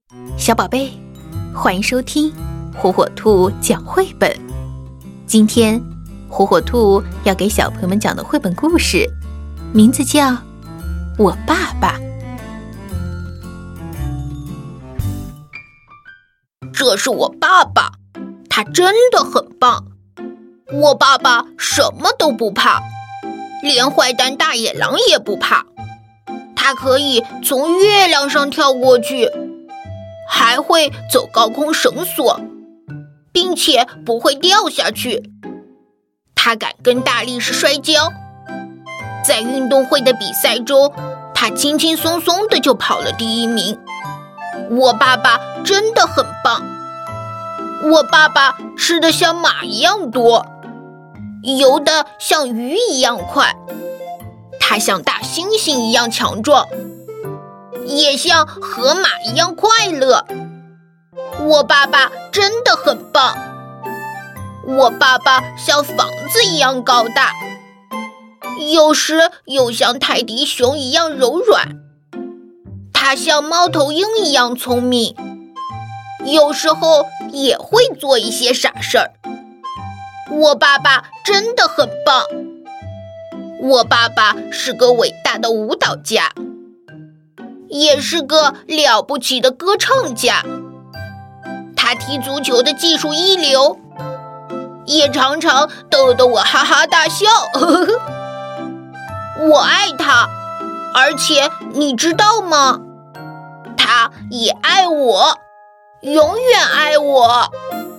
小宝贝，欢迎收听火火兔讲绘本。今天火火兔要给小朋友们讲的绘本故事名字叫《我爸爸》。 这是我爸爸，他真的很棒。我爸爸什么都不怕，连坏蛋大野狼也不怕。他可以从月亮上跳过去，还会走高空绳索，并且不会掉下去。他敢跟大力士摔跤，在运动会的比赛中，他轻轻松松的就跑了第一名。我爸爸真的很棒。我爸爸吃得像马一样多，游得像鱼一样快。他像大猩猩一样强壮，也像河马一样快乐。我爸爸真的很棒。我爸爸像房子一样高大，有时又像泰迪熊一样柔软。他像猫头鹰一样聪明，有时候也会做一些傻事儿。我爸爸真的很棒。我爸爸是个伟大的舞蹈家，也是个了不起的歌唱家。他踢足球的技术一流，也常常逗得我哈哈大笑。我爱他，而且你知道吗？他也爱我，永远爱我。